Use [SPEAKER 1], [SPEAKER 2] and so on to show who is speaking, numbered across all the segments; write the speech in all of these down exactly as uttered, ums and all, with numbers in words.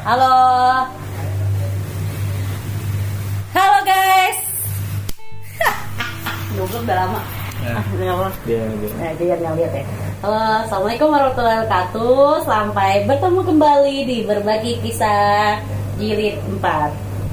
[SPEAKER 1] Halo. Halo guys. Goblok udah lama.
[SPEAKER 2] Nah,
[SPEAKER 1] ah, udah lama.
[SPEAKER 2] Dia, dia.
[SPEAKER 1] Nah, dia yang lihat ya. Halo, assalamualaikum warahmatullahi wabarakatuh. Sampai bertemu kembali di Berbagi Kisah Jilid empat.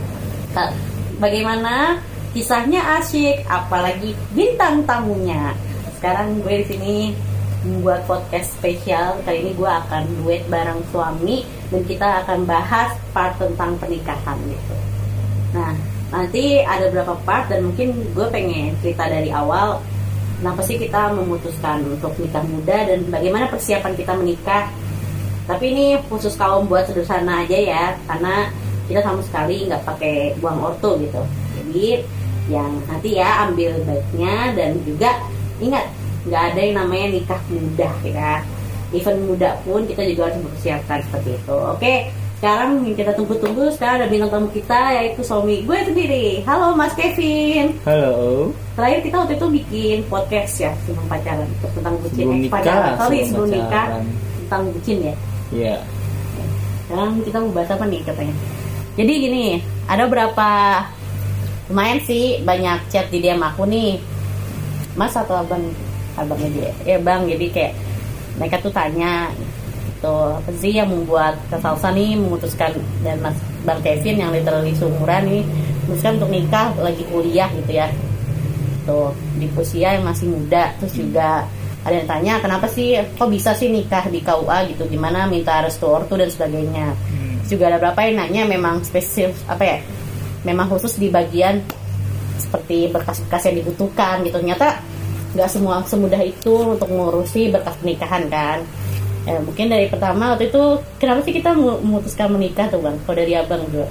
[SPEAKER 1] Bagaimana kisahnya asyik, apalagi bintang tamunya. Sekarang gue di sini membuat podcast spesial. Kali ini gue akan duet bareng suami dan kita akan bahas part tentang pernikahan gitu. Nah, nanti ada beberapa part dan mungkin gue pengen cerita dari awal. Kenapa sih kita memutuskan untuk nikah muda dan bagaimana persiapan kita menikah. Tapi ini khusus kaum buat sederhana aja ya, karena kita sama sekali nggak pakai buang ortu gitu. Jadi yang nanti ya ambil baiknya dan juga ingat nggak ada yang namanya nikah muda ya. Even muda pun kita juga harus mempersiapkan seperti itu. Oke. Sekarang yang kita tunggu-tunggu, sekarang ada bintang tamu kita yaitu suami gue sendiri. Halo Mas Kevin.
[SPEAKER 2] Halo.
[SPEAKER 1] Terakhir kita waktu itu bikin podcast ya tentang pacaran, tentang bucin.
[SPEAKER 2] Sebelum
[SPEAKER 1] eh,
[SPEAKER 2] nikah,
[SPEAKER 1] pacaran. Sorry
[SPEAKER 2] sebelum
[SPEAKER 1] sebelum nikah
[SPEAKER 2] pacaran.
[SPEAKER 1] tentang bucin ya.
[SPEAKER 2] Iya. Yeah.
[SPEAKER 1] Sekarang kita mau bahas apa nih katanya. Jadi gini, ada berapa lumayan sih banyak chat di D M aku nih. Mas atau abang, abangnya dia. Ya bang, jadi kayak mereka tuh tanya. Tuh, apa sih yang membuat Kak Salsa nih memutuskan dan Mas Bang Kevin yang literally seumuran nih memutuskan untuk nikah lagi kuliah gitu ya. Tuh, di usia yang masih muda. Terus juga ada yang tanya kenapa sih kok bisa sih nikah di K U A gitu, gimana minta restu ortu dan sebagainya. Terus juga ada beberapa yang nanya memang spesifik apa ya, memang khusus di bagian seperti berkas-berkas yang dibutuhkan gitu. Ternyata nggak semua semudah itu untuk mengurusi berkas pernikahan kan. Ya, mungkin dari pertama waktu itu kenapa sih kita memutuskan menikah tuh bang? Kalau dari abang juga.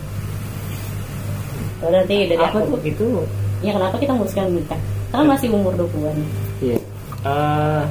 [SPEAKER 1] Kalau nanti dari
[SPEAKER 2] apa
[SPEAKER 1] aku
[SPEAKER 2] tuh itu?
[SPEAKER 1] Ya kenapa kita memutuskan menikah? Karena masih umur dua puluhan.
[SPEAKER 2] Iya. Uh,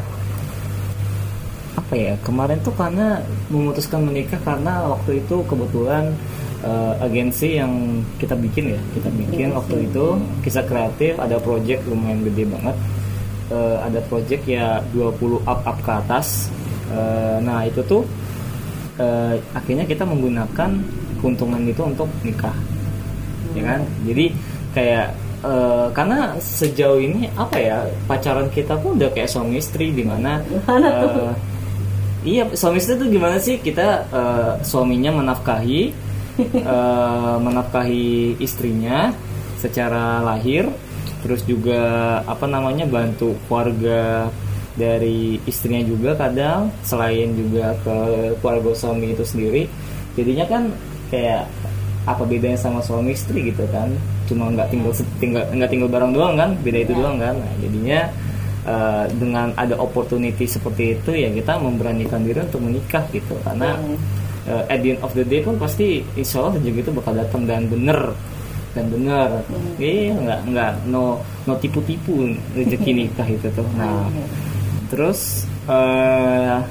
[SPEAKER 2] apa ya? Kemarin tuh karena memutuskan menikah karena waktu itu kebetulan uh, agensi yang kita bikin ya, kita bikin waktu itu Kisah Kreatif ada project lumayan gede banget. Uh, ada project ya dua puluh up up ke atas. Uh, nah itu tuh uh, akhirnya kita menggunakan keuntungan itu untuk nikah, hmm. ya kan? Jadi kayak uh, karena sejauh ini apa ya pacaran kita pun udah kayak suami istri di mana? Uh, iya suami istri tuh gimana sih kita uh, suaminya menafkahi uh, menafkahi istrinya secara lahir, terus juga apa namanya bantu keluarga dari istrinya juga kadang selain juga ke keluarga suami itu sendiri. Jadinya kan kayak apa bedanya sama suami istri gitu kan, cuma nggak tinggal tinggal nggak tinggal bareng doang kan, beda itu doang kan. Nah, jadinya uh, dengan ada opportunity seperti itu ya kita memberanikan diri untuk menikah gitu karena uh, at the end of the day pun pasti insya Allah rezeki itu bakal datang dan bener dan bener. Iya hmm. nggak nggak no no tipu-tipu rezeki nikah itu tuh. Nah terus uh,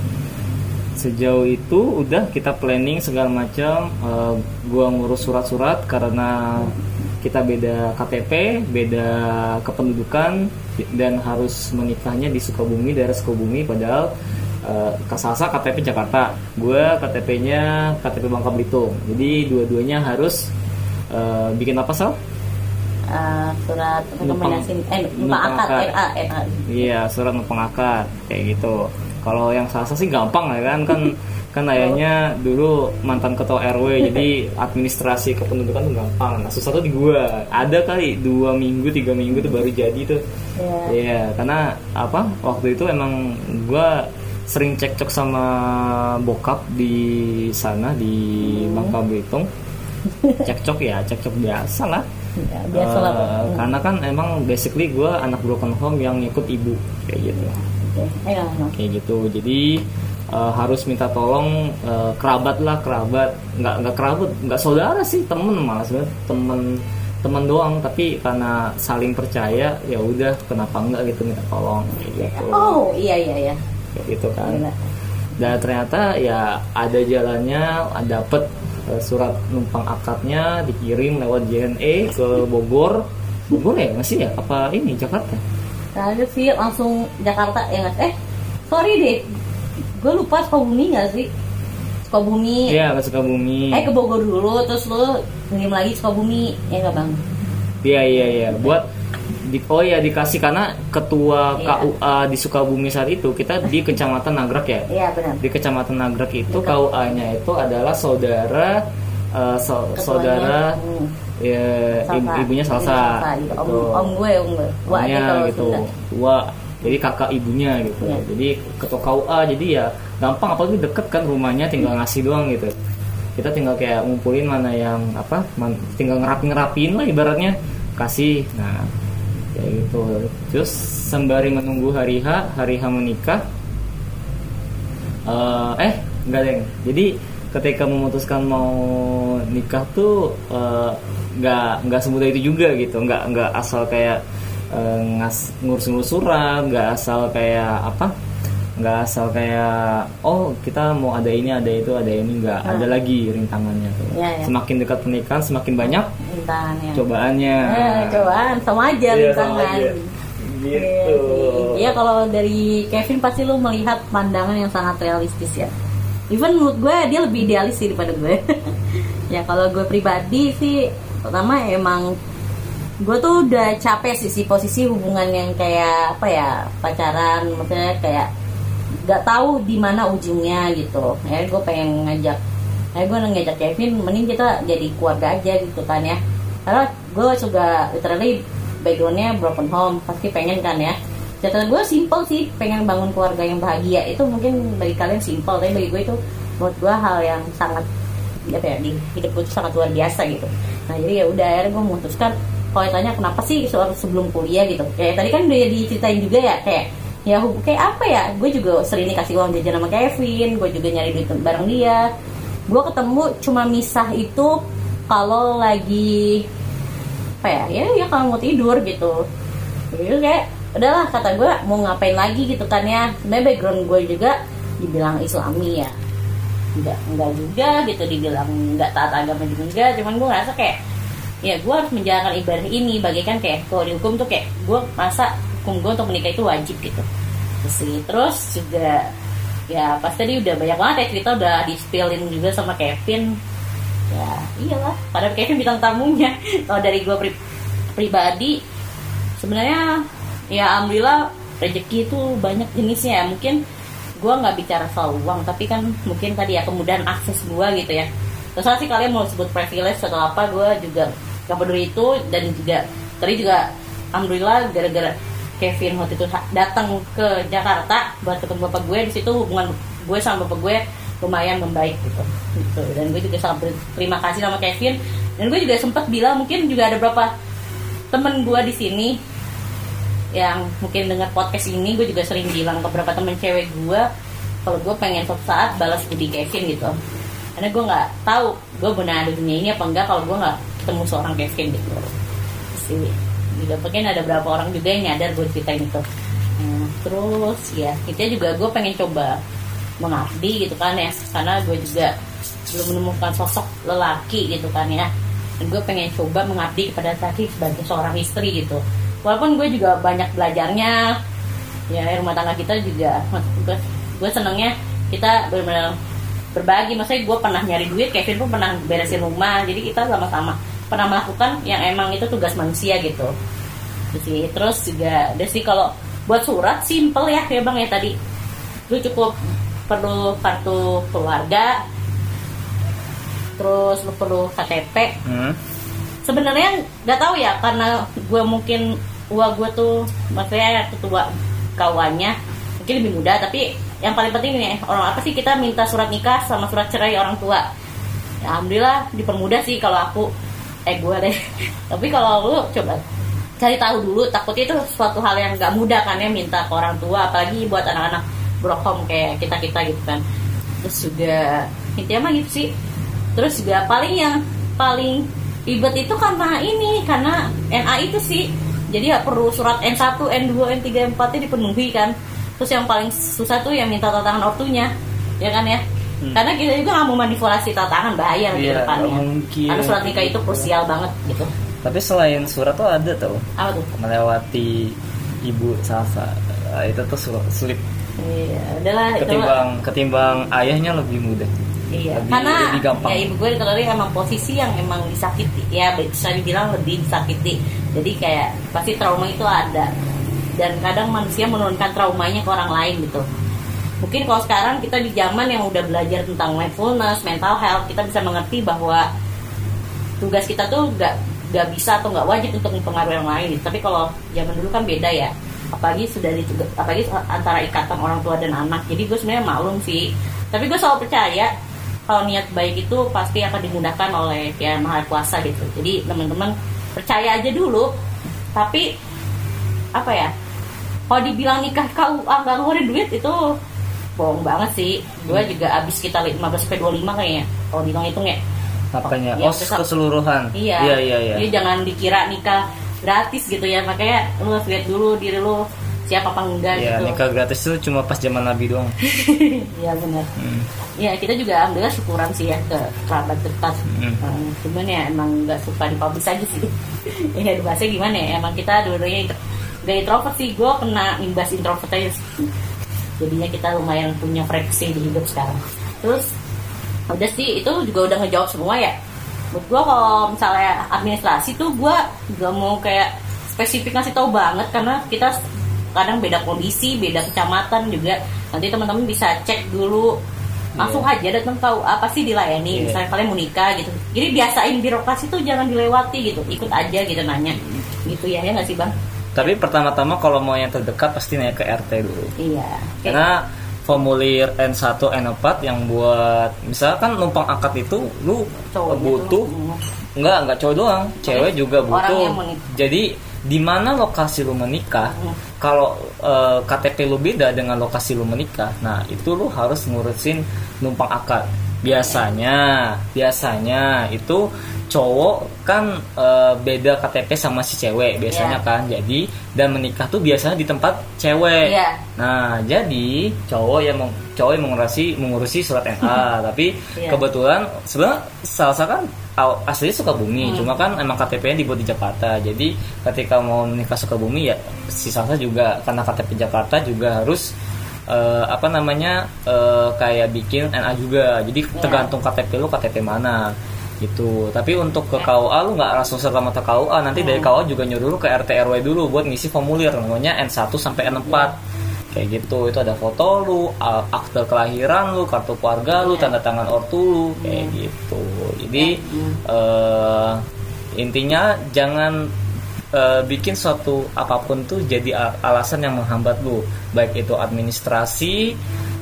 [SPEAKER 2] sejauh itu udah kita planning segala macam. Uh, gua ngurus surat-surat karena kita beda K T P, beda kependudukan dan harus menikahnya di Sukabumi, daerah Sukabumi. Padahal uh, Kak Salsa K T P Jakarta, gua K T P-nya K T P Bangka Belitung. Jadi dua-duanya harus uh, bikin apa Sal?
[SPEAKER 1] Uh, surat rekomendasi eh numpang akad R A R A.
[SPEAKER 2] Iya, surat numpang akad kayak gitu. Kalau yang Salsa sih gampang ya kan kan kan ayahnya dulu mantan ketua R W jadi administrasi kependudukan tuh gampang. Nah, susah tuh di gua. Ada kali dua minggu tiga minggu tuh baru jadi tuh. Iya, yeah. yeah, karena apa? Waktu itu emang gua sering cekcok sama bokap di sana di hmm. Bangka Belitung. Cekcok ya, cekcok biasa lah.
[SPEAKER 1] Ya, biasa lah. Uh,
[SPEAKER 2] hmm. Karena kan emang basically gue anak broken home yang ngikut ibu kayak gitu.
[SPEAKER 1] Okay. Ayo,
[SPEAKER 2] kayak gitu. Jadi uh, harus minta tolong uh, kerabat lah kerabat, nggak nggak kerabat, nggak saudara sih, temen malah sebenarnya temen temen doang. Tapi karena saling percaya ya udah kenapa enggak gitu minta tolong kayak gitu.
[SPEAKER 1] Oh iya iya iya.
[SPEAKER 2] Kayak gitu kan. Gila. Dan ternyata ya ada jalannya, ada dapet surat numpang akadnya dikirim lewat J N E ke Bogor. Bogor ya masih ya? Apa ini Jakarta?
[SPEAKER 1] Tadi sih langsung Jakarta ya nggak? Eh sorry deh, gue lupa Sukabumi nggak sih? Sukabumi.
[SPEAKER 2] Iya, ke Sukabumi.
[SPEAKER 1] Eh ke Bogor dulu, terus lu ngirim lagi Sukabumi, ya nggak bang?
[SPEAKER 2] Iya iya iya. Buat di, oh ya dikasih karena ketua
[SPEAKER 1] Iya.
[SPEAKER 2] K U A di Sukabumi saat itu kita di Kecamatan Nagrak ya.
[SPEAKER 1] Iya benar.
[SPEAKER 2] Di Kecamatan Nagrak itu
[SPEAKER 1] Dekat.
[SPEAKER 2] K U A-nya itu adalah saudara uh, so-
[SPEAKER 1] Ketuanya,
[SPEAKER 2] saudara
[SPEAKER 1] hmm.
[SPEAKER 2] ya, ibu,
[SPEAKER 1] Salsa.
[SPEAKER 2] ibunya Salsa.
[SPEAKER 1] Salsa, gitu. Om,
[SPEAKER 2] Gitu.
[SPEAKER 1] om gue, om gue. Tua aja
[SPEAKER 2] Omnya
[SPEAKER 1] kalau
[SPEAKER 2] gitu.
[SPEAKER 1] Sunda.
[SPEAKER 2] Tua. Jadi kakak ibunya gitu.
[SPEAKER 1] Iya.
[SPEAKER 2] Jadi ketua K U A jadi ya gampang apalagi deket kan rumahnya tinggal ngasih doang gitu. Kita tinggal kayak ngumpulin mana yang apa, man- tinggal ngerapin-ngerapin lah ibaratnya kasih. Nah, kayak gitu. Terus sembari menunggu hari H, hari H menikah. eh, eh enggak deng. Jadi ketika memutuskan mau nikah tuh eh, nggak nggak semudah itu juga gitu. Nggak nggak asal kayak eh, ngas ngurus-ngurus surat, nggak asal kayak apa? Nggak asal kayak oh kita mau ada ini ada itu ada ini nggak
[SPEAKER 1] Hmm.
[SPEAKER 2] ada lagi rintangannya tuh.
[SPEAKER 1] Iya, iya.
[SPEAKER 2] Semakin dekat pernikahan semakin banyak
[SPEAKER 1] Rintangannya.
[SPEAKER 2] cobaannya.
[SPEAKER 1] Eh, cobaan sama aja
[SPEAKER 2] Iya, sama
[SPEAKER 1] rintangan.
[SPEAKER 2] aja.
[SPEAKER 1] Iya
[SPEAKER 2] Gitu.
[SPEAKER 1] sih. Iya kalau dari Kevin pasti lu melihat pandangan yang sangat realistis ya. Even menurut gue dia lebih idealis sih daripada gue. Ya kalau gue pribadi sih pertama emang gue tuh udah capek sih si posisi hubungan yang kayak apa ya pacaran, maksudnya kayak nggak tahu di mana ujungnya gitu. Ya gue pengen ngajak, ya gue ngajak Kevin, mending kita jadi keluarga aja gitu kan ya. Karena gue juga literally backgroundnya broken home, pasti pengen kan ya. Cerita gue simple sih, pengen bangun keluarga yang bahagia. Itu mungkin bagi kalian simple, tapi bagi gue itu menurut gue hal yang sangat apa ya, di hidup gue itu sangat luar biasa gitu. Nah jadi ya udah akhirnya gue memutuskan, kalau ditanya kenapa sih soal sebelum kuliah gitu, kayak tadi kan udah diceritain juga ya, kayak ya kayak apa ya, gue juga sering dikasih uang jajan sama Kevin, gue juga nyari duit bareng dia. Gue ketemu cuma misah itu kalau lagi apa ya, ya ya kalau mau tidur gitu. Jadi kayak udahlah kata gue mau ngapain lagi gitu kan ya. Sebenarnya background gue juga dibilang Islami ya, enggak enggak juga gitu, dibilang enggak taat agama juga enggak, cuman gue ngerasa kayak ya gue harus menjalankan ibadah ini bagaikan kayak kalau di hukum tuh kayak gue masa hukum gue untuk menikah itu wajib gitu. Terus, sih. Terus juga ya pas tadi udah banyak banget ya cerita udah di-spillin juga sama Kevin. Ya iyalah, padahal Kevin bintang tamunya. Kalau dari gue pri- pribadi sebenarnya ya alhamdulillah rezeki itu banyak jenisnya ya. Mungkin gue nggak bicara soal uang, tapi kan mungkin tadi ya kemudahan akses gue gitu ya. Terus sih kalian mau sebut privilege atau apa, gue juga gak peduli itu. Dan juga tadi juga alhamdulillah gara-gara Kevin waktu itu datang ke Jakarta buat ketemu bapak gue, di situ hubungan gue sama bapak gue lumayan membaik gitu. gitu. Dan gue juga sangat berterima kasih sama Kevin. Dan gue juga sempat bilang mungkin juga ada beberapa temen gue di sini yang mungkin dengar podcast ini, gue juga sering bilang ke beberapa temen cewek gue kalau gue pengen suatu saat balas budi Kevin gitu. Karena gue nggak tahu gue benar ada dunia ini apa enggak kalau gue nggak ketemu seorang Kevin gitu. Sih juga mungkin ada beberapa orang juga yang nyadar gue ceritain itu. Hmm, terus ya kita juga gue pengen coba mengabdi gitu kan ya, karena gue juga belum menemukan sosok lelaki gitu kan ya. Dan gue pengen coba mengabdi kepada laki sebagai seorang istri gitu. Walaupun gue juga banyak belajarnya ya, rumah tangga kita juga gue, gue senengnya kita benar-benar berbagi. Maksudnya gue pernah nyari duit, Kevin pun pernah beresin rumah, jadi kita sama-sama pernah melakukan yang emang itu tugas manusia gitu. Jadi, terus juga ada sih kalau buat surat simple ya ya bang ya, tadi lu cukup perlu kartu keluarga, terus lu perlu K T P. hmm. Sebenarnya nggak tahu ya, karena gue mungkin uang gue tuh maksudnya ketua kawannya mungkin lebih mudah, tapi yang paling penting nih orang apa sih, kita minta surat nikah sama surat cerai orang tua ya, alhamdulillah dipermudah sih kalau aku eh gue deh. Tapi kalau lu coba cari tahu dulu, takutnya itu suatu hal yang nggak mudah kan ya, minta ke orang tua apalagi buat anak-anak brokom kayak kita kita gitu kan. Terus juga intinya mah gitu sih. Terus juga paling yang paling ribet itu karena ini, karena N A itu sih, jadi ya perlu surat N satu, N dua, N tiga, N empat nya dipenuhi kan. Terus yang paling susah tuh yang minta tanda tangan ortunya, ya kan ya. Hmm. Karena kita juga nggak mau manipulasi tanda tangan, bahaya nanti
[SPEAKER 2] iya,
[SPEAKER 1] depannya.
[SPEAKER 2] Mungkin.
[SPEAKER 1] Karena surat nikah itu krusial banget gitu.
[SPEAKER 2] Tapi selain surat tuh ada tau.
[SPEAKER 1] Apa tuh?
[SPEAKER 2] Melewati ibu Salsa, itu tuh sulit.
[SPEAKER 1] Iya, udahlah
[SPEAKER 2] ketimbang
[SPEAKER 1] itu.
[SPEAKER 2] Ketimbang ayahnya lebih mudah.
[SPEAKER 1] Iya,
[SPEAKER 2] lebih,
[SPEAKER 1] karena
[SPEAKER 2] lebih gampang.
[SPEAKER 1] ya ibu gue literally emang posisi yang emang disakiti, ya bisa dibilang lebih disakiti. Jadi kayak pasti trauma itu ada, dan kadang manusia menurunkan traumanya ke orang lain gitu. Mungkin kalau sekarang kita di zaman yang udah belajar tentang mindfulness, mental health, kita bisa mengerti bahwa tugas kita tuh gak, gak bisa atau gak wajib untuk mempengaruhi orang lain. Tapi kalau zaman dulu kan beda ya, apalagi sudah ditugas, apalagi antara ikatan orang tua dan anak. Jadi gue sebenarnya maklum sih, tapi gue selalu percaya kalau niat baik itu pasti akan dimudahkan oleh Yang Maha Kuasa gitu. Jadi teman-teman percaya aja dulu. Tapi apa ya, kalau dibilang nikah kau ah, gak ngeluarin duit itu bohong banget sih. Gue juga abis kita lima belas sampai dua puluh lima kayaknya kalau dihitung-hitung ya.
[SPEAKER 2] Apanya?
[SPEAKER 1] Ya,
[SPEAKER 2] oh, keseluruhan.
[SPEAKER 1] Iya.
[SPEAKER 2] Iya, iya, iya.
[SPEAKER 1] Jadi jangan dikira nikah gratis gitu ya. Makanya lu lihat dulu diri lu siapa apa enggak
[SPEAKER 2] ya,
[SPEAKER 1] gitu.
[SPEAKER 2] Nikah gratis itu cuma pas zaman Nabi doang.
[SPEAKER 1] Iya benar.
[SPEAKER 2] Hmm.
[SPEAKER 1] Ya kita juga alhamdulillah syukuran sih ya ke kerabat dekat. Hmm. Um, cuman ya emang nggak suka dipublish aja sih. Ya bahasanya gimana ya? Emang kita dua-duanya intro, gak introvert sih. Gue kena imbas introvert aja sih. Jadinya kita lumayan punya frekuensi di hidup sekarang. Terus udah sih itu juga udah ngejawab semua ya. Menurut gue kalau misalnya administrasi tuh gue gak mau kayak spesifik ngasih tahu banget, karena kita kadang beda kondisi, beda kecamatan juga. Nanti teman-teman bisa cek dulu, langsung yeah. aja datang tahu apa sih dilayani. Yeah. Misalnya kalian mau nikah gitu, jadi biasain birokrasi tuh jangan dilewati gitu, ikut aja gitu nanya gitu ya, ya nggak sih bang?
[SPEAKER 2] Tapi pertama-tama kalau mau yang terdekat pasti nanya ke R T dulu.
[SPEAKER 1] Iya. Okay.
[SPEAKER 2] Karena formulir N satu N empat yang buat misalkan numpang akad itu lu cowok butuh itu. enggak enggak cowok doang, cewek okay. juga butuh. Jadi di mana lokasi lu menikah, hmm. kalau e, K T P lu beda dengan lokasi lu menikah, nah itu lu harus ngurusin numpang akad. Biasanya, biasanya itu cowok kan e, beda K T P sama si cewek biasanya yeah. kan. Jadi dan menikah tuh biasanya di tempat cewek. Yeah. Nah, jadi cowok yang cowok yang mengurusi mengurusi surat N A, tapi yeah. kebetulan sebenarnya Salsa kan aslinya Sukabumi, hmm. cuma kan emang K T P-nya dibuat di Jakarta. Jadi ketika mau nikah Sukabumi ya si Salsa juga karena K T P Jakarta juga harus uh, apa namanya uh, kayak bikin N A juga. Jadi yeah. tergantung K T P lu K T P mana gitu. Tapi untuk ke K U A lu nggak langsung serta-merta K U A, nanti hmm. dari K U A juga nyuruh lu ke R T R W dulu buat ngisi formulir namanya N satu sampai N empat. Yeah. Kayak gitu, itu ada foto lu, akte kelahiran lu, kartu keluarga lu, tanda tangan ortu lu, kayak hmm. gitu. Jadi hmm. uh, intinya jangan uh, bikin suatu apapun tuh jadi alasan yang menghambat lu, baik itu administrasi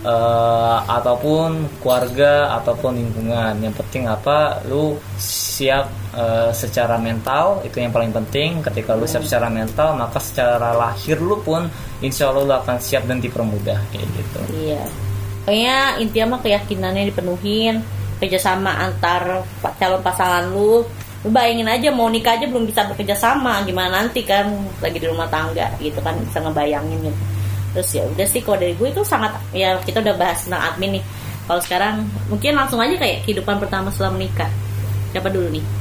[SPEAKER 2] uh, ataupun keluarga ataupun lingkungan. Yang penting apa, lu siap uh, secara mental, itu yang paling penting. Ketika lu siap secara mental, maka secara lahir lu pun insya Allah lu akan siap dan dipermudah kayak gitu. Iya.
[SPEAKER 1] Kayaknya intinya mah keyakinannya dipenuhin, kerjasama antar calon pasangan lu. Lu bayangin aja mau nikah aja belum bisa bekerja sama, gimana nanti kan lagi di rumah tangga gitu kan, bisa ngebayangin gitu. Terus ya udah sih kalau dari gue itu sangat, ya kita udah bahas tentang admin nih. Kalau sekarang mungkin langsung aja kayak kehidupan pertama setelah menikah. Siapa dulu nih?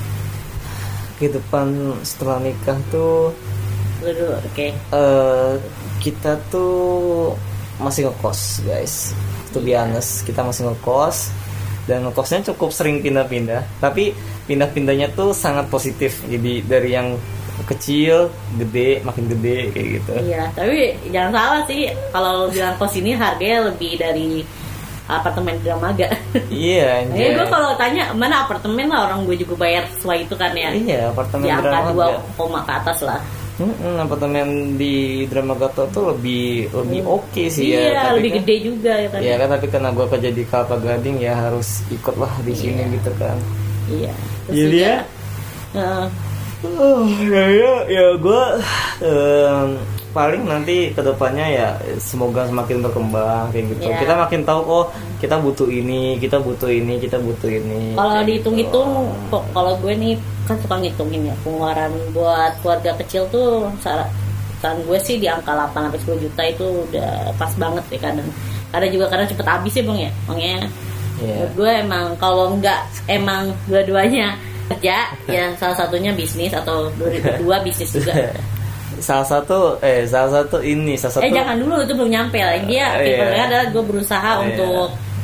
[SPEAKER 2] Kehidupan setelah nikah tuh
[SPEAKER 1] dulu, oke. Okay.
[SPEAKER 2] Uh, kita tuh masih ngekos, guys. To be honest, kita masih ngekos dan ngekosnya cukup sering pindah-pindah. Tapi pindah-pindahnya tuh sangat positif. Jadi dari yang kecil, gede, makin gede kayak gitu.
[SPEAKER 1] Iya, tapi jangan salah sih kalau bilang kos ini harganya lebih dari apartemen di Dramaga.
[SPEAKER 2] Iya.
[SPEAKER 1] Ya gue kalau tanya mana apartemen lah, orang gue juga bayar sesuai itu kan ya.
[SPEAKER 2] Iya, apartemen
[SPEAKER 1] di angka dua koma ke atas lah.
[SPEAKER 2] Hmm, apartemen di Dramagato tuh lebih lebih
[SPEAKER 1] hmm.
[SPEAKER 2] oke okay sih
[SPEAKER 1] iya,
[SPEAKER 2] ya. Iya,
[SPEAKER 1] lebih
[SPEAKER 2] kan,
[SPEAKER 1] gede juga ya kan.
[SPEAKER 2] Iya kan, tapi karena gue kerja di Kelapa Gading ya harus ikutlah di iya. sini gitu kan.
[SPEAKER 1] Iya.
[SPEAKER 2] Jadi ya. Uh. Oh ya ya, ya gue um, paling nanti kedepannya ya semoga semakin berkembang kayak gitu. Yeah. Kita makin tahu oh kita butuh ini, kita butuh ini, kita butuh ini.
[SPEAKER 1] Kalau dihitung-hitung, gitu. Kalau gue nih kan suka ngitungin ya pengeluaran buat keluarga kecil tuh, saran gue sih di angka delapan sampai sepuluh juta itu udah pas banget ya kadang. Kadang juga kadang cepet habis ya bang ya, makanya yeah. gue emang kalau nggak emang dua-duanya kerja ya salah satunya bisnis atau dua bisnis juga.
[SPEAKER 2] salah satu eh salah satu ini salah satu
[SPEAKER 1] eh jangan dulu, itu belum nyampe lah. Dia uh, iya. adalah gue berusaha uh, untuk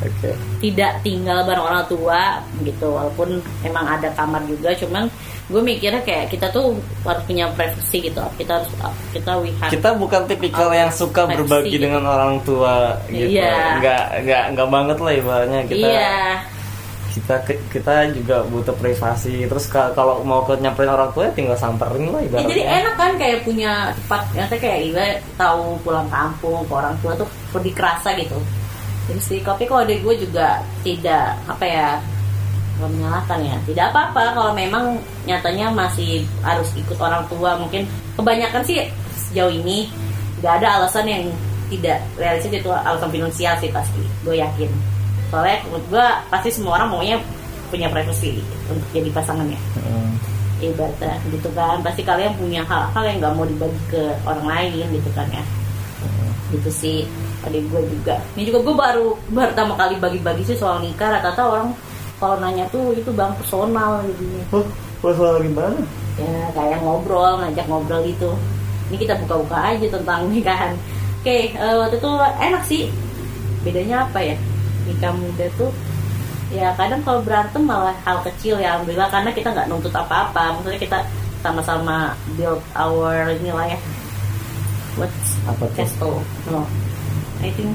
[SPEAKER 2] Oke.
[SPEAKER 1] tidak tinggal bareng orang tua gitu, walaupun emang ada kamar juga, cuman gue mikirnya kayak kita tuh harus punya privacy gitu, kita harus kita we have
[SPEAKER 2] Kita bukan tipikal yang suka
[SPEAKER 1] privacy
[SPEAKER 2] berbagi
[SPEAKER 1] gitu.
[SPEAKER 2] dengan orang tua gitu.
[SPEAKER 1] Iya.
[SPEAKER 2] Nggak nggak nggak banget lah ibaratnya kita.
[SPEAKER 1] Iya.
[SPEAKER 2] Kita kita juga butuh privasi. Terus ka- kalau mau ke nyamperin orang tua ya tinggal samperin lah
[SPEAKER 1] Ya,
[SPEAKER 2] ibaratnya.
[SPEAKER 1] jadi enak kan kayak punya tempat, yang kayak Iba tahu pulang kampung ke orang tua tuh lebih kerasa gitu. Jadi sih, tapi kalau dari gue juga tidak apa ya, nggak menyalahkan ya, tidak apa-apa kalau memang nyatanya masih harus ikut orang tua. Mungkin kebanyakan sih sejauh ini nggak ada alasan yang tidak realistis, itu alasan finansial sih pasti, gue yakin. Soalnya menurut gue pasti semua orang maunya punya privacy untuk jadi pasangannya.
[SPEAKER 2] Hmm.
[SPEAKER 1] Ibaratnya gitu kan, pasti kalian punya hal-hal yang nggak mau dibagi ke orang lain gitu kan ya. Gitu sih adik gue juga. Ini juga gue baru baru pertama kali bagi-bagi sih soal nikah. Rata-rata orang kalau nanya tuh itu bang personal gitu.
[SPEAKER 2] Oh, personal gimana?
[SPEAKER 1] Ya kayak ngobrol, ngajak ngobrol gitu. Ini kita buka-buka aja tentang nikahan. Oke, eh, waktu itu enak sih. Bedanya apa ya? Nikah muda tuh ya kadang kalau berantem malah hal kecil ya, alhamdulillah, karena kita nggak nuntut apa-apa. Maksudnya kita sama-sama build our inilah ya, what's
[SPEAKER 2] Apa tuh?
[SPEAKER 1] castle, no, I think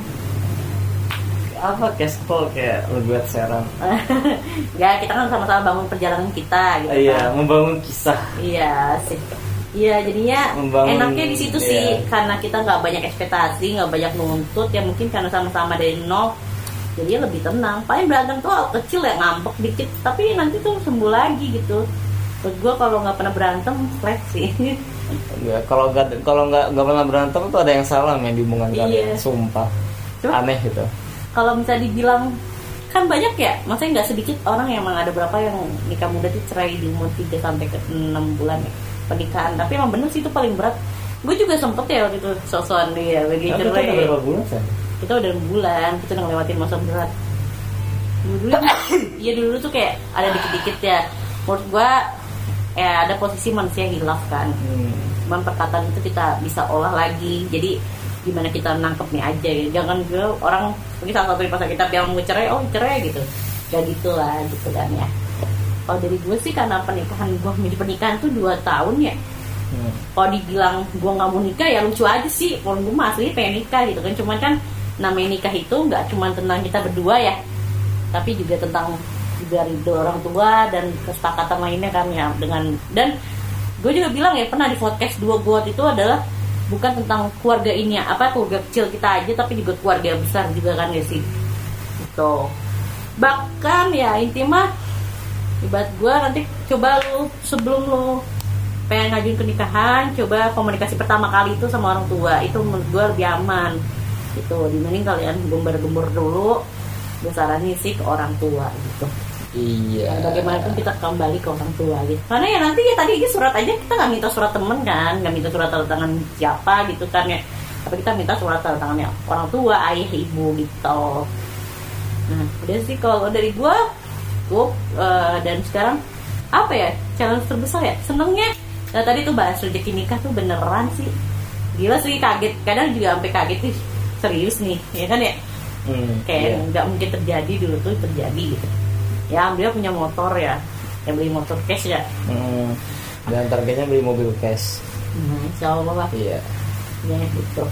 [SPEAKER 2] Apa cashflow kayak lu buat serang?
[SPEAKER 1] ya kita kan sama-sama bangun perjalanan kita gitu.
[SPEAKER 2] Iya,
[SPEAKER 1] kan.
[SPEAKER 2] membangun kisah.
[SPEAKER 1] Iya sih. Iya jadinya
[SPEAKER 2] Membangun,
[SPEAKER 1] enaknya di situ sih,
[SPEAKER 2] iya.
[SPEAKER 1] karena kita nggak banyak ekspektasi, nggak banyak nuntut ya, mungkin karena sama-sama dari nol, jadi lebih tenang. Paling berantem tuh hal kecil ya, ngambek dikit, tapi nanti tuh sembuh lagi gitu. Buat gue kalau nggak pernah berantem flat sih.
[SPEAKER 2] Ya, kalau nggak kalau nggak nggak pernah berantem tuh ada yang salah men di hubungan
[SPEAKER 1] Iya.
[SPEAKER 2] kalian, sumpah.
[SPEAKER 1] Cuma-
[SPEAKER 2] Aneh gitu.
[SPEAKER 1] Kalau misalnya dibilang kan banyak ya, maksudnya nggak sedikit orang yang emang ada berapa yang nikah muda tuh cerai di umur tiga sampai ke enam bulan ya pernikahan. Tapi emang bener sih itu paling berat. Gue juga sempet ya waktu itu sosokan dia bagi
[SPEAKER 2] Tapi itu udah
[SPEAKER 1] cerai.
[SPEAKER 2] berapa bulan sih?
[SPEAKER 1] Kita udah enam bulan, kita udah ngelewatin masa berat. Dulu dulu, iya dulu tuh kayak ada dikit-dikit ya. Menurut gue ya ada posisi manusia hilaf kan.
[SPEAKER 2] Hmm.
[SPEAKER 1] Cuman perkataan itu kita bisa olah lagi. Jadi gimana kita nangkepnya aja ya. Jangan gue orang mungkin salah satu di pasar kita bilang mau cerai, oh cerai gitu. Gak gitu lah gitu kan ya. Kalau dari gue sih karena pernikahan gue milih pernikahan tuh dua tahun ya.
[SPEAKER 2] Hmm.
[SPEAKER 1] Kalau dibilang gue nggak mau nikah ya lucu aja sih. Kalau gue mah asli pengen nikah gitu kan. Cuman kan namanya nikah itu nggak cuma tentang kita berdua ya, tapi juga tentang juga ridho orang tua dan kesepakatan lainnya kan ya. Dengan dan gue juga bilang ya, pernah di podcast dua gue itu adalah bukan tentang keluarga ini apa keluarga kecil kita aja, tapi juga keluarga besar juga kan ya sih gitu. Bahkan ya intinya ibarat gue nanti coba lu sebelum lu pengen ngajuin pernikahan, coba komunikasi pertama kali itu sama orang tua, itu menurut gue lebih aman gitu dibanding kalian gembar-gembur dulu. Gue saranin sih ke orang tua gitu.
[SPEAKER 2] Iya.
[SPEAKER 1] Dan bagaimanapun kita kembali ke orang tua gitu. Karena ya nanti ya tadi aja surat aja kita nggak minta surat temen kan, nggak minta surat tanda tangan siapa gitu kan ya. Tapi kita minta surat tanda tangannya orang tua, ayah, ibu gitu. Nah udah sih kalau dari gue, gue uh, dan sekarang apa ya challenge terbesar ya senengnya. Nah tadi tuh bahas rezeki nikah tuh beneran sih gila sih, kaget. Kadang juga sampai kaget sih, serius nih ya kan ya.
[SPEAKER 2] Hmm,
[SPEAKER 1] Kayak
[SPEAKER 2] iya.
[SPEAKER 1] nggak mungkin terjadi, dulu tuh terjadi gitu. Ya dia punya motor ya, ya beli motor cash ya.
[SPEAKER 2] Hmm. Dan targetnya beli mobil cash.
[SPEAKER 1] Nah, insya Allah lah.
[SPEAKER 2] Iya.
[SPEAKER 1] Ya gitu.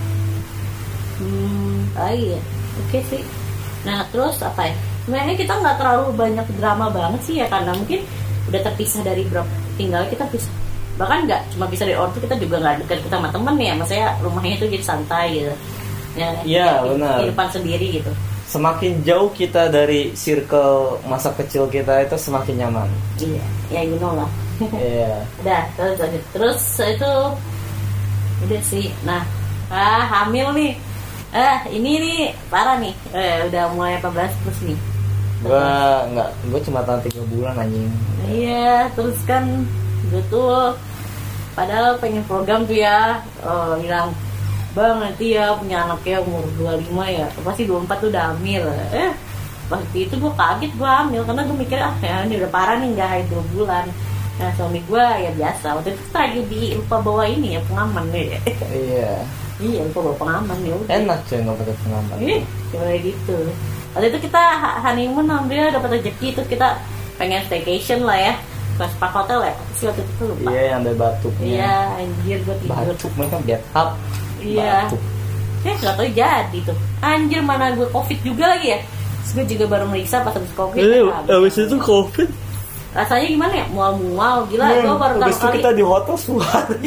[SPEAKER 1] Hmm, ah iya. Oke sih. Nah terus apa ya? Sebenarnya kita nggak terlalu banyak drama banget sih ya, karena mungkin udah terpisah dari berapa tinggal kita pisah. Bahkan nggak cuma bisa dari orang tuh, kita juga nggak dekat kita sama temen ya. Maksudnya rumahnya itu jadi santai gitu. Ya,
[SPEAKER 2] Iya, benar.
[SPEAKER 1] Kehidupan sendiri gitu.
[SPEAKER 2] Semakin jauh kita dari circle masa kecil kita itu semakin nyaman.
[SPEAKER 1] Iya, ya you know lah.
[SPEAKER 2] Iya.
[SPEAKER 1] Udah, terus lanjut. Terus itu udah sih. Nah, ah hamil nih. Ah, ini nih parah nih. Eh, udah mulai delapan belas plus nih.
[SPEAKER 2] Gua nggak, gua cuma tahan tiga bulan anjing.
[SPEAKER 1] Iya, terus kan gue tuh padahal pengen program tuh ya, oh, bilang bang nanti ya punya anaknya umur dua puluh lima ya, pasti dua puluh empat tuh udah hamil. Eh, waktu itu gue kaget gue hamil karena gue mikir ah ya ini udah parah nih nggak haid dua bulan. Nah suami gue ya biasa waktu itu lagi di lupa bawa ini ya pengaman nih.
[SPEAKER 2] Iya.
[SPEAKER 1] Iya lupa bawa pengaman ya udah.
[SPEAKER 2] Enak cuy nggak pakai pengaman.
[SPEAKER 1] Ih, kayak gitu. Waktu itu kita honeymoon ambil dapat rezeki, terus kita pengen staycation lah ya ke spa hotel ya, apa sih waktu itu tuh lupa.
[SPEAKER 2] Iya yang ada batuknya.
[SPEAKER 1] Iya anjir gue tidur.
[SPEAKER 2] Batuk mereka bathtub.
[SPEAKER 1] Iya. Eh nggak tahu jadi tuh. Anjir mana gue covid juga lagi ya. Terus gue juga baru meriksa pas habis covid.
[SPEAKER 2] Eh,
[SPEAKER 1] nah,
[SPEAKER 2] abis itu covid.
[SPEAKER 1] Rasanya gimana ya? Mual-mual gila.
[SPEAKER 2] Hmm,
[SPEAKER 1] gue baru tahu
[SPEAKER 2] abis itu
[SPEAKER 1] kali.
[SPEAKER 2] kita di hotel sehari.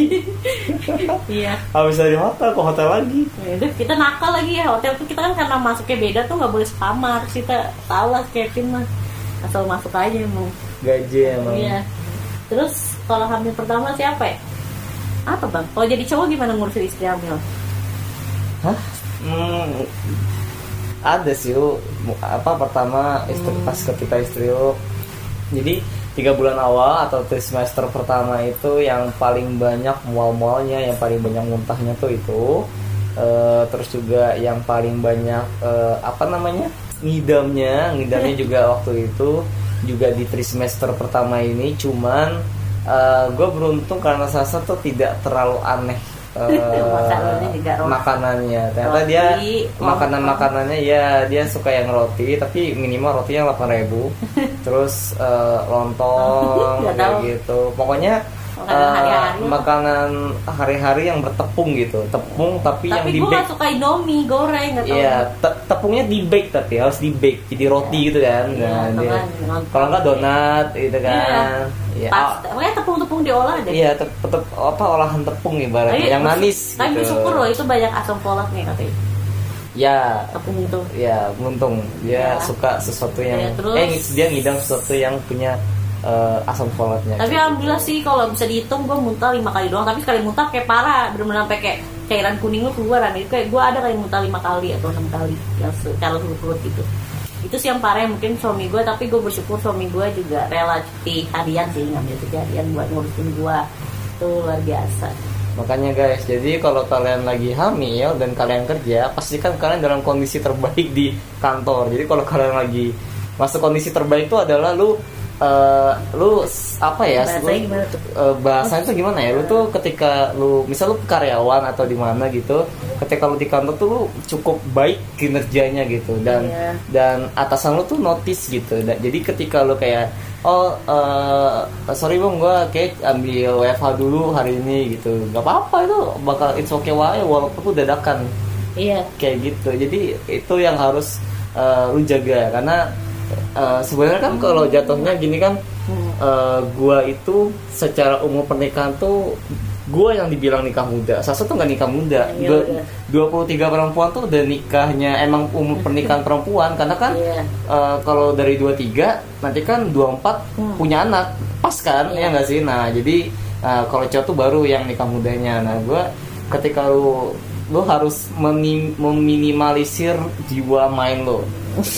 [SPEAKER 1] Iya.
[SPEAKER 2] Habis dari hotel ke hotel lagi.
[SPEAKER 1] Ya, itu kita nakal lagi ya, hotel tuh kita kan karena masuknya beda tuh nggak boleh sekamar. Terus kita tahu lah Kevin mah asal masuk aja emang.
[SPEAKER 2] Gaji emang.
[SPEAKER 1] Iya. Terus kalau hamil pertama siapa ya? Apa bang? Kalau jadi cowok gimana ngurusin istri hamil?
[SPEAKER 2] Hah? Hmm, ada sih lu apa pertama istri
[SPEAKER 1] Hmm.
[SPEAKER 2] pas ketika istri lu. Jadi tiga bulan awal atau trimester pertama itu yang paling banyak mual-mualnya, yang paling banyak muntahnya tuh itu. Eh, terus juga yang paling banyak eh, apa namanya ngidamnya, ngidamnya juga waktu itu juga di trimester pertama ini. Cuman uh, gue beruntung karena Sasa tuh tidak terlalu aneh uh,
[SPEAKER 1] Makanannya juga roti.
[SPEAKER 2] makanannya. Ternyata
[SPEAKER 1] Roti,
[SPEAKER 2] dia
[SPEAKER 1] lontong.
[SPEAKER 2] makanan makanannya ya dia suka yang roti, tapi minimal rotinya delapan ribu. Terus uh, lontong
[SPEAKER 1] Nggak
[SPEAKER 2] kayak
[SPEAKER 1] tahu.
[SPEAKER 2] gitu. Pokoknya
[SPEAKER 1] Makanan
[SPEAKER 2] uh,
[SPEAKER 1] hari-hari lah.
[SPEAKER 2] makanan hari-hari yang bertepung gitu, tepung tapi, yang
[SPEAKER 1] Tapi
[SPEAKER 2] di
[SPEAKER 1] gue
[SPEAKER 2] bake.
[SPEAKER 1] gak suka Indomie goreng, gak tau.
[SPEAKER 2] Iya, te- tepungnya di bake tapi harus di bake jadi roti gitu kan.
[SPEAKER 1] Iya,
[SPEAKER 2] Nah,
[SPEAKER 1] atau
[SPEAKER 2] dia-
[SPEAKER 1] kan lontong.
[SPEAKER 2] kalau nggak donat gitu kan. Iya.
[SPEAKER 1] Pas,
[SPEAKER 2] ah,
[SPEAKER 1] pokoknya tepung-tepung diolah deh.
[SPEAKER 2] Iya, te- tetep apa olahan tepung ibaratnya
[SPEAKER 1] Tapi
[SPEAKER 2] yang
[SPEAKER 1] bersyukur-
[SPEAKER 2] manis
[SPEAKER 1] Tapi
[SPEAKER 2] gitu.
[SPEAKER 1] bersyukur loh itu banyak asam folatnya katanya.
[SPEAKER 2] Ya,
[SPEAKER 1] Tepung itu.
[SPEAKER 2] ya beruntung dia
[SPEAKER 1] Ya.
[SPEAKER 2] suka sesuatu yang
[SPEAKER 1] Ya, terus-
[SPEAKER 2] eh dia ngidam sesuatu yang punya eh, asam folatnya.
[SPEAKER 1] Tapi alhamdulillah sih kalau bisa dihitung gue muntah lima kali doang. Tapi sekali muntah kayak parah, bener-bener sampai kayak cairan kuning lu keluaran. Itu kayak gue ada kali muntah lima kali atau enam kali yang secara perut gitu. Itu sih yang parah mungkin suami gue. Tapi gue bersyukur suami gue juga rela cuti harian sih, ngambil cuti harian buat ngurusin gue. Itu luar biasa.
[SPEAKER 2] Makanya guys, jadi kalau kalian lagi hamil dan kalian kerja, pastikan kalian dalam kondisi terbaik di kantor. Jadi kalau kalian lagi masuk kondisi terbaik itu adalah lu uh, lu s- apa ya?
[SPEAKER 1] Bahasanya
[SPEAKER 2] lu-
[SPEAKER 1] gimana tuh?
[SPEAKER 2] uh, bahasanya tuh gimana ya? Lu tuh ketika lu misal lu karyawan atau di mana gitu, ketika lu di kantor tuh lu cukup baik kinerjanya gitu dan
[SPEAKER 1] Iya.
[SPEAKER 2] dan atasan lu tuh notice gitu. Dan, jadi ketika lu kayak oh uh, sorry bang gue kayak ambil W F H dulu hari ini gitu, nggak apa-apa itu bakal it's okay wae walaupun lu dadakan
[SPEAKER 1] Iya.
[SPEAKER 2] kayak gitu. Jadi itu yang harus uh, lu jaga karena uh, sebenarnya kan kalau jatuhnya gini kan
[SPEAKER 1] Hmm.
[SPEAKER 2] uh, gua itu secara umur pernikahan tuh gua yang dibilang nikah muda. Sasa tuh nggak nikah muda.
[SPEAKER 1] Iya,
[SPEAKER 2] Dua-
[SPEAKER 1] iya.
[SPEAKER 2] dua puluh tiga perempuan tuh udah nikahnya emang umur pernikahan perempuan karena kan
[SPEAKER 1] Iya.
[SPEAKER 2] uh, kalau dari dua puluh tiga nanti kan dua puluh empat
[SPEAKER 1] Hmm.
[SPEAKER 2] punya anak pas kan
[SPEAKER 1] Iya.
[SPEAKER 2] ya nggak sih. Nah jadi uh, kalau cowok tuh baru yang nikah mudanya. Nah gua ketika lu lu harus menim- meminimalisir jiwa main lo.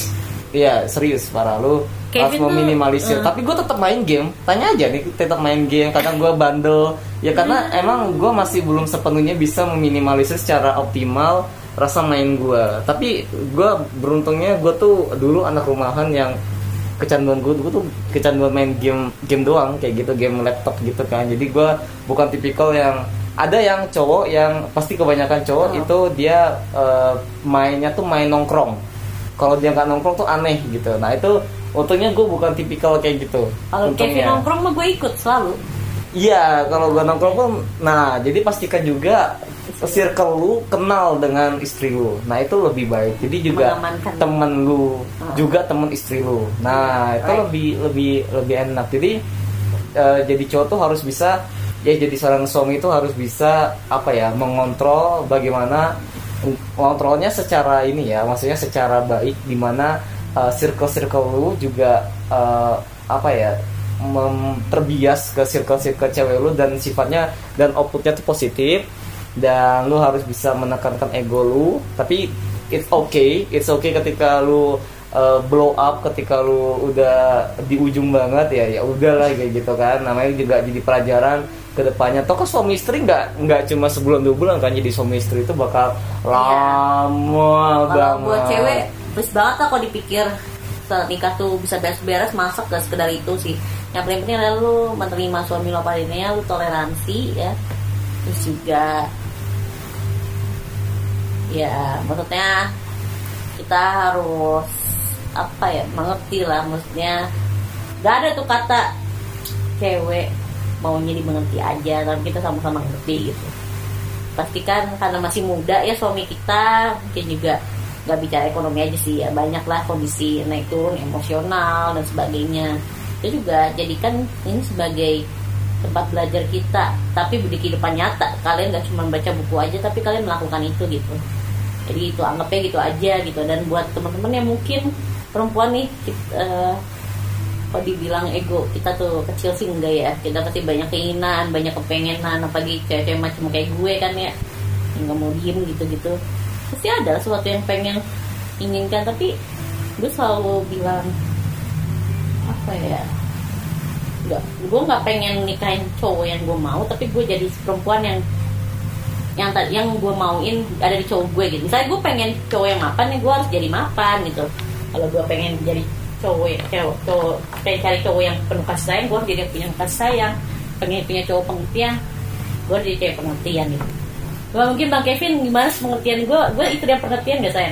[SPEAKER 2] Iya serius parah lu
[SPEAKER 1] Kevin
[SPEAKER 2] harus
[SPEAKER 1] tuh,
[SPEAKER 2] meminimalisir.
[SPEAKER 1] uh.
[SPEAKER 2] Tapi gue tetap main game. Tanya aja nih, tetap main game. Kadang gue bandel. Ya karena emang gue masih belum sepenuhnya bisa meminimalisir secara optimal rasa main gue. Tapi gue beruntungnya gue tuh dulu anak rumahan yang kecanduan gue, gue tuh kecanduan main game game doang kayak gitu, game laptop gitu kan. Jadi gue bukan tipikal yang ada yang cowok yang pasti kebanyakan cowok
[SPEAKER 1] Oh.
[SPEAKER 2] itu dia eh, mainnya tuh main nongkrong. Kalau dia nggak nongkrong tuh aneh gitu. Nah itu untungnya gue bukan tipikal kayak gitu.
[SPEAKER 1] Kalau Kevin
[SPEAKER 2] Untungnya.
[SPEAKER 1] nongkrong mah gue ikut selalu.
[SPEAKER 2] Iya, kalau gue nongkrong pun, nah jadi pastikan juga circle lu kenal dengan istri lu. Nah itu lebih baik. Jadi juga
[SPEAKER 1] Mengamankan.
[SPEAKER 2] temen lu
[SPEAKER 1] Ah.
[SPEAKER 2] juga temen istri lu. Nah itu
[SPEAKER 1] Right.
[SPEAKER 2] lebih lebih lebih enak. Jadi eh, jadi cowok tuh harus bisa ya jadi seorang suami itu harus bisa apa ya mengontrol bagaimana mengontrolnya secara ini ya, maksudnya secara baik dimana uh, circle-circle lu juga uh, apa ya mem- terbias ke circle-circle cewek lu dan sifatnya dan outputnya tuh positif dan lu harus bisa menekankan ego lu. Tapi it's okay, it's okay ketika lu uh, blow up, ketika lu udah di ujung banget ya ya udahlah kayak gitu kan. Namanya juga jadi pelajaran kedepannya. Toh kan suami istri nggak nggak cuma sebulan dua bulan kan, jadi suami istri itu bakal lama
[SPEAKER 1] Kalau
[SPEAKER 2] banget.
[SPEAKER 1] buat cewek, terus banget lah kalau dipikir setelah nikah tuh bisa beres-beres masak gak sekedar itu sih. Yang paling penting adalah lu menerima suami lo pada ini, lu toleransi ya. Terus juga ya maksudnya kita harus apa ya, mengerti lah, maksudnya gak ada tuh kata cewek maunya dimengerti aja, tapi kita sama-sama ngerti gitu. Pastikan karena masih muda ya suami kita, mungkin juga nggak bicara ekonomi aja sih ya, banyak lah kondisi naik turun emosional dan sebagainya. Itu juga jadikan ini sebagai tempat belajar kita, tapi di kehidupan nyata kalian nggak cuma baca buku aja, tapi kalian melakukan itu gitu. Jadi itu anggapnya gitu aja gitu. Dan buat teman-teman yang mungkin perempuan nih, kita, uh, kalau dibilang ego kita tuh kecil sih enggak ya, kita pasti banyak keinginan, banyak kepengenan, apalagi cewek-cewek macam kayak gue kan ya, yang nggak mau diem gitu-gitu, pasti ada sesuatu yang pengen inginkan. Tapi gue selalu bilang apa ya, nggak, gue nggak pengen nikahin cowok yang gue mau, tapi gue jadi perempuan yang yang yang gue mauin ada di cowok gue gitu. Misalnya gue pengen cowok yang mapan nih, gue harus jadi mapan gitu. Kalau gue pengen jadi cowok cowok cowok kayak cari cowok yang penuh kasih sayang, gue jadi punya kasih sayang. Pengen punya cowok pengertian, gue jadi cewek pengertian gitu. Gue mungkin Bang Kevin gimana pengertian gue? Gue itu dia pengertian gak sayang?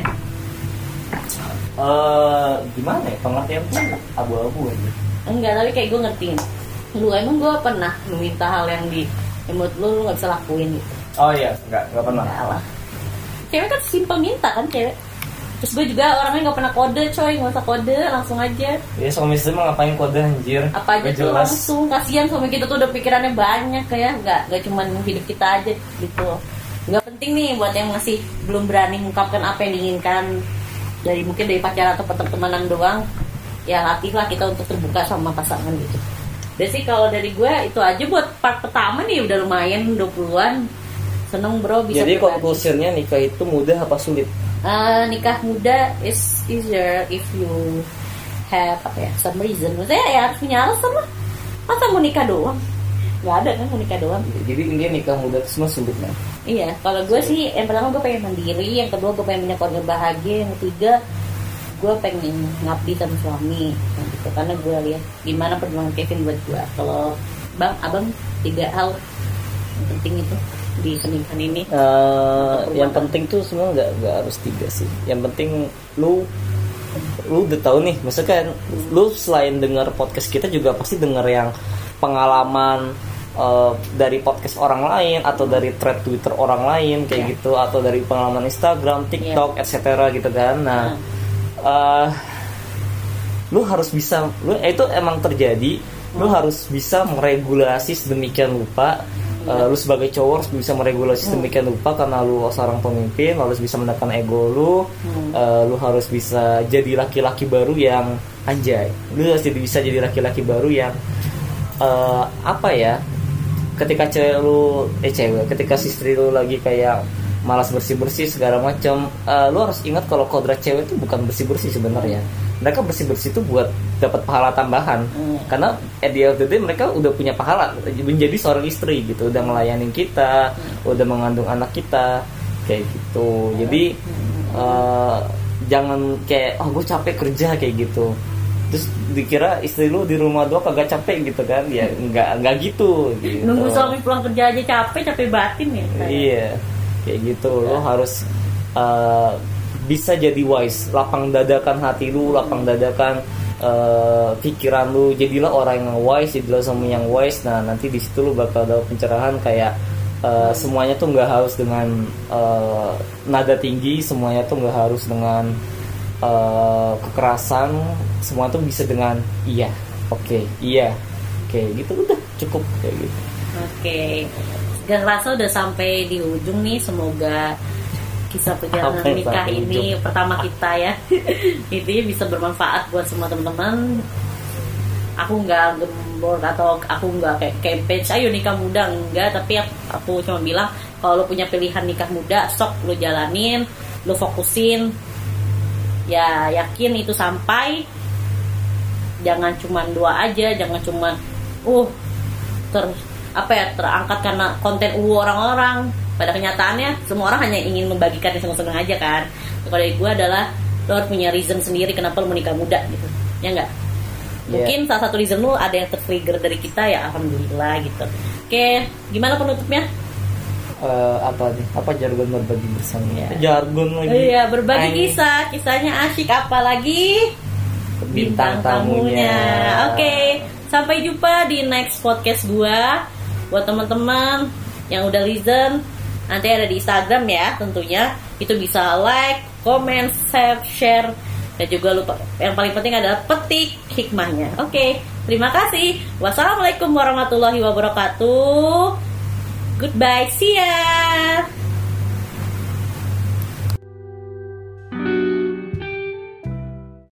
[SPEAKER 2] Uh, gimana ya, pengertian tuh abu-abu aja.
[SPEAKER 1] Enggak, tapi kayak gue ngertiin. Lu emang gue pernah lu minta hal yang di emot lu lu nggak bisa lakuin gitu?
[SPEAKER 2] Oh iya, enggak, enggak pernah.
[SPEAKER 1] Enggak lah. Cewek kan simpel minta kan cewek. Terus gue juga orangnya nggak pernah kode coy, nggak usah kode, langsung aja.
[SPEAKER 2] Ya suami istri mah ngapain kode anjir?
[SPEAKER 1] Apa aja tuh langsung, kasihan suami kita tuh udah pikirannya banyak kayak, nggak nggak cuma hidup kita aja gitu. Nggak penting nih buat yang masih belum berani mengungkapkan apa yang diinginkan dari mungkin dari pacaran atau pertemanan doang. Ya latihlah kita untuk terbuka sama pasangan gitu. Dan sih kalau dari gue itu aja buat part pertama nih udah lumayan dua puluhan. Seneng bro bisa.
[SPEAKER 2] Jadi konklusinya nikah itu mudah apa sulit?
[SPEAKER 1] Uh, nikah muda is easier if you have apa ya, some reason. Maksudnya ya harus punya alasan lah. Masa mau nikah doang? Gak ada kan mau nikah doang.
[SPEAKER 2] Jadi intinya nikah muda itu semua sulit kan?
[SPEAKER 1] Iya, kalau gue sih yang pertama gue pengen mandiri, yang kedua gue pengen punya keluarga bahagia, yang ketiga gue pengen ngabdi sama suami gitu. Karena gue lihat gimana perjuangan Kevin buat gue. Kalau bang, abang tiga hal yang penting itu di pernikahan ini.
[SPEAKER 2] Uh, yang penting tuh semua nggak nggak harus tiga sih. Yang penting lu lu udah tahu nih, misalkan hmm. lu selain dengar podcast kita juga pasti dengar yang pengalaman uh, dari podcast orang lain atau dari thread Twitter orang lain kayak yeah. gitu, atau dari pengalaman Instagram, TikTok, yeah. et cetera gitu kan. Nah, hmm. uh, lu harus bisa, lu itu emang terjadi. Hmm. Lu harus bisa meregulasi sedemikian rupa. Uh, lu sebagai cowok harus bisa meregulasi sedemikian rupa karena lu seorang pemimpin, lu harus bisa menekan ego lu, hmm. uh, lu harus bisa jadi laki-laki baru yang anjay, lu harus jadi, bisa jadi laki-laki baru yang uh, apa ya, ketika cewek lu eh cewek, ketika istri lu lagi kayak malas bersih-bersih segala macam, uh, lu harus ingat kalau kodrat cewek itu bukan bersih-bersih sebenarnya. Mereka bersih-bersih itu buat dapat pahala tambahan. Hmm. Karena at the end of the day mereka udah punya pahala menjadi seorang istri gitu, udah melayani kita, hmm. udah mengandung anak kita kayak gitu. Jadi hmm. uh, jangan kayak oh gue capek kerja kayak gitu. Terus dikira istri lu di rumah doang kagak capek gitu kan. Ya enggak enggak gitu, gitu.
[SPEAKER 1] Nunggu suami pulang kerja aja capek, capek batin ya. Kayak. Iya.
[SPEAKER 2] Kayak gitu. Lo harus uh, bisa jadi wise, lapang dadakan hati lu, lapang dadakan uh, pikiran lu, jadilah orang yang wise, jadilah suami yang wise. Nah nanti di situ lu bakal dapat pencerahan kayak uh, semuanya tuh nggak harus dengan uh, nada tinggi, semuanya tuh nggak harus dengan uh, kekerasan, semua tuh bisa dengan iya, oke, okay, iya, oke, okay, gitu udah cukup kayak gitu.
[SPEAKER 1] Oke, okay. Gak kerasa udah sampai di ujung nih, semoga kisah perjalanan nikah ini ujung. Pertama kita ya itu bisa bermanfaat buat semua teman-teman. Aku nggak gembor atau aku nggak kayak campaign ayo nikah muda, enggak, tapi aku cuma bilang kalau lo punya pilihan nikah muda, sok lo jalanin, lo fokusin ya, yakin itu sampai. Jangan cuma dua aja, jangan cuma uh ter apa ya terangkat karena konten u orang-orang. Pada kenyataannya semua orang hanya ingin membagikan yang seneng-seneng aja kan. Kalau dari gue adalah lo harus punya reason sendiri kenapa lo menikah muda gitu, ya nggak? Yeah. Mungkin salah satu reason lo ada yang ter-trigger dari kita ya, alhamdulillah gitu. Oke, gimana penutupnya?
[SPEAKER 2] Uh, apa nih? Apa jargon berbagi bersama? Yeah. Jargon lagi.
[SPEAKER 1] Iya, berbagi kisah, kisahnya asyik, apalagi
[SPEAKER 2] bintang tamunya.
[SPEAKER 1] Oke, sampai jumpa di next podcast gua. Buat teman-teman yang udah listen, nanti ada di Instagram ya tentunya. Itu bisa like, comment, save, share, dan juga lupa yang paling penting adalah petik hikmahnya. Oke, terima kasih. Wassalamualaikum warahmatullahi wabarakatuh. Goodbye, see ya.